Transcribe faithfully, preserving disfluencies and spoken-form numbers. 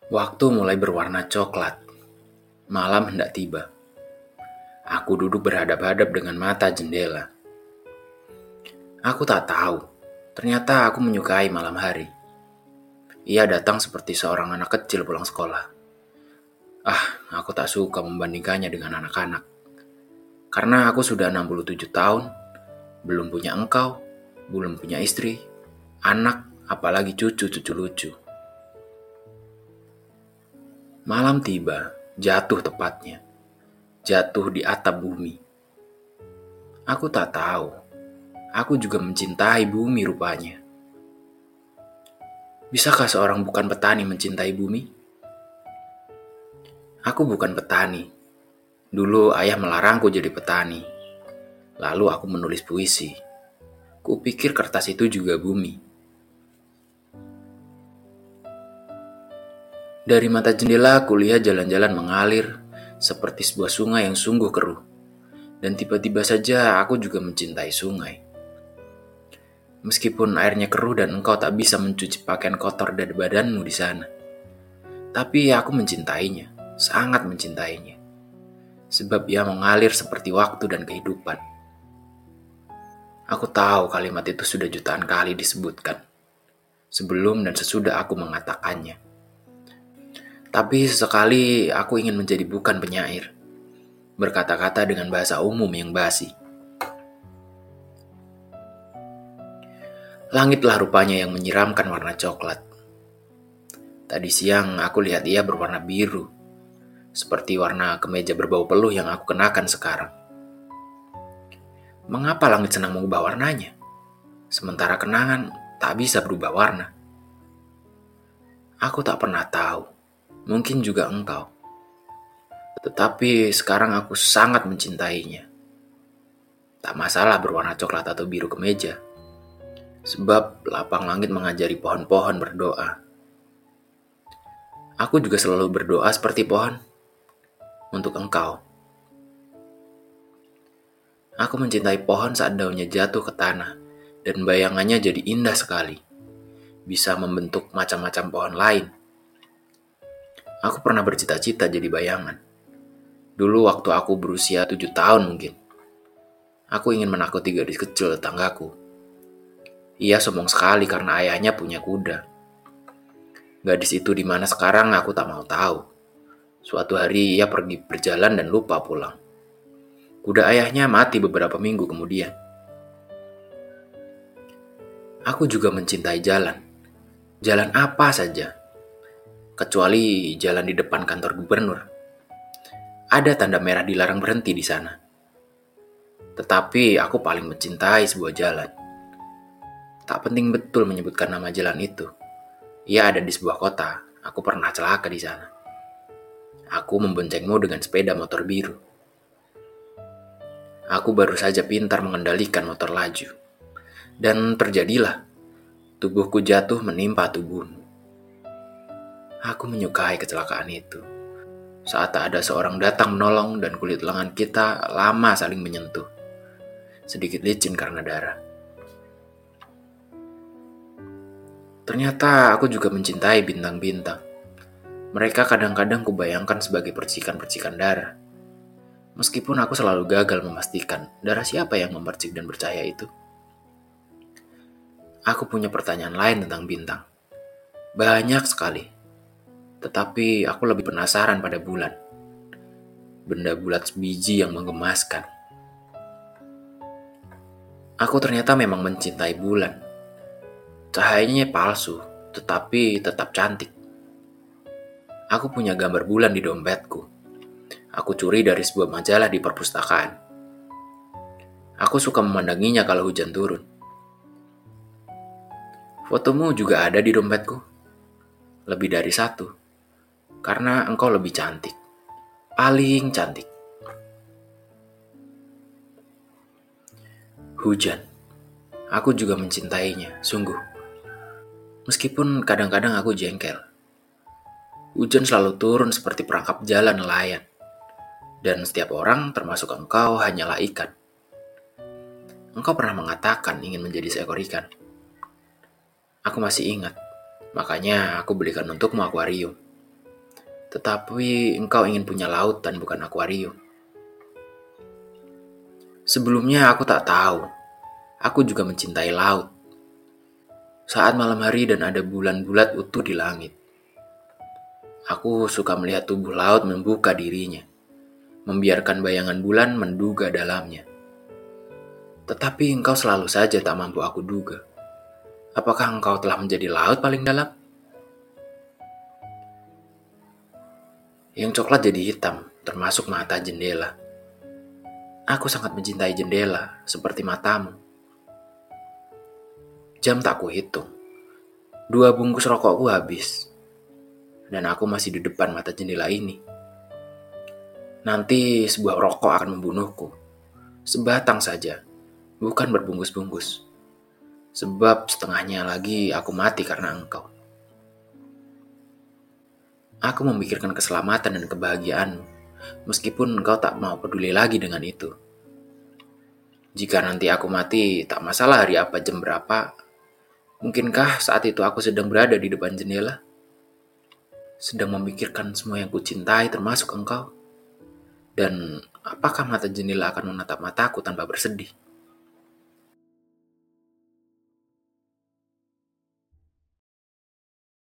Waktu mulai berwarna coklat. Malam hendak tiba. Aku duduk berhadap-hadap dengan mata jendela. Aku tak tahu, ternyata aku menyukai malam hari. Ia datang seperti seorang anak kecil pulang sekolah. Ah, aku tak suka membandingkannya dengan anak-anak. Karena aku sudah enam puluh tujuh tahun, belum punya engkau, belum punya istri, anak, apalagi cucu-cucu lucu. Malam tiba, jatuh tepatnya. Jatuh di atap bumi. Aku tak tahu. Aku juga mencintai bumi rupanya. Bisakah seorang bukan petani mencintai bumi? Aku bukan petani. Dulu ayah melarangku jadi petani. Lalu aku menulis puisi. Kupikir kertas itu juga bumi. Dari mata jendela aku lihat jalan-jalan mengalir seperti sebuah sungai yang sungguh keruh. Dan tiba-tiba saja aku juga mencintai sungai. Meskipun airnya keruh dan engkau tak bisa mencuci pakaian kotor dari badanmu di sana. Tapi aku mencintainya, sangat mencintainya. Sebab ia mengalir seperti waktu dan kehidupan. Aku tahu kalimat itu sudah jutaan kali disebutkan. Sebelum dan sesudah aku mengatakannya. Tapi sesekali aku ingin menjadi bukan penyair. Berkata-kata dengan bahasa umum yang basi. Langitlah rupanya yang menyiramkan warna coklat. Tadi siang aku lihat ia berwarna biru. Seperti warna kemeja berbau peluh yang aku kenakan sekarang. Mengapa langit senang mengubah warnanya? Sementara kenangan tak bisa berubah warna. Aku tak pernah tahu. Mungkin juga engkau. Tetapi sekarang aku sangat mencintainya. Tak masalah berwarna coklat atau biru kemeja. Sebab lapang langit mengajari pohon-pohon berdoa. Aku juga selalu berdoa seperti pohon. Untuk engkau. Aku mencintai pohon saat daunnya jatuh ke tanah. Dan bayangannya jadi indah sekali. Bisa membentuk macam-macam pohon lain. Aku pernah bercita-cita jadi bayangan. Dulu waktu aku berusia tujuh tahun mungkin. Aku ingin menakuti gadis kecil tetanggaku. Ia sombong sekali karena ayahnya punya kuda. Gadis itu di mana sekarang aku tak mau tahu. Suatu hari ia pergi berjalan dan lupa pulang. Kuda ayahnya mati beberapa minggu kemudian. Aku juga mencintai jalan. Jalan apa saja. Kecuali jalan di depan kantor gubernur. Ada tanda merah dilarang berhenti di sana. Tetapi aku paling mencintai sebuah jalan. Tak penting betul menyebutkan nama jalan itu. Ia ada di sebuah kota. Aku pernah celaka di sana. Aku memboncengmu dengan sepeda motor biru. Aku baru saja pintar mengendalikan motor laju. Dan terjadilah. Tubuhku jatuh menimpa tubuhmu. Aku menyukai kecelakaan itu. Saat tak ada seorang datang menolong dan kulit lengan kita lama saling menyentuh. Sedikit licin karena darah. Ternyata aku juga mencintai bintang-bintang. Mereka kadang-kadang kubayangkan sebagai percikan-percikan darah. Meskipun aku selalu gagal memastikan darah siapa yang memercik dan percaya itu. Aku punya pertanyaan lain tentang bintang. Banyak sekali. Tetapi aku lebih penasaran pada bulan. Benda bulat sebiji yang menggemaskan. Aku ternyata memang mencintai bulan. Cahayanya palsu, tetapi tetap cantik. Aku punya gambar bulan di dompetku. Aku curi dari sebuah majalah di perpustakaan. Aku suka memandanginya kalau hujan turun. Fotomu juga ada di dompetku. Lebih dari satu. Karena engkau lebih cantik. Paling cantik. Hujan. Aku juga mencintainya, sungguh. Meskipun kadang-kadang aku jengkel. Hujan selalu turun seperti perangkap jalan nelayan. Dan setiap orang, termasuk engkau, hanyalah ikan. Engkau pernah mengatakan ingin menjadi seekor ikan. Aku masih ingat. Makanya aku belikan untukmu akuarium. Tetapi engkau ingin punya lautan bukan akuarium. Sebelumnya aku tak tahu, aku juga mencintai laut. Saat malam hari dan ada bulan bulat utuh di langit, aku suka melihat tubuh laut membuka dirinya, membiarkan bayangan bulan menduga dalamnya. Tetapi engkau selalu saja tak mampu aku duga. Apakah engkau telah menjadi laut paling dalam? Yang coklat jadi hitam, termasuk mata jendela. Aku sangat mencintai jendela, seperti matamu. Jam tak kuhitung. Dua bungkus rokokku habis. Dan aku masih di depan mata jendela ini. Nanti sebuah rokok akan membunuhku. Sebatang saja, bukan berbungkus-bungkus. Sebab setengahnya lagi aku mati karena engkau. Aku memikirkan keselamatan dan kebahagiaanmu, meskipun engkau tak mau peduli lagi dengan itu. Jika nanti aku mati, tak masalah hari apa jam berapa. Mungkinkah saat itu aku sedang berada di depan jendela? Sedang memikirkan semua yang kucintai termasuk engkau. Dan apakah mata jendela akan menatap mataku tanpa bersedih?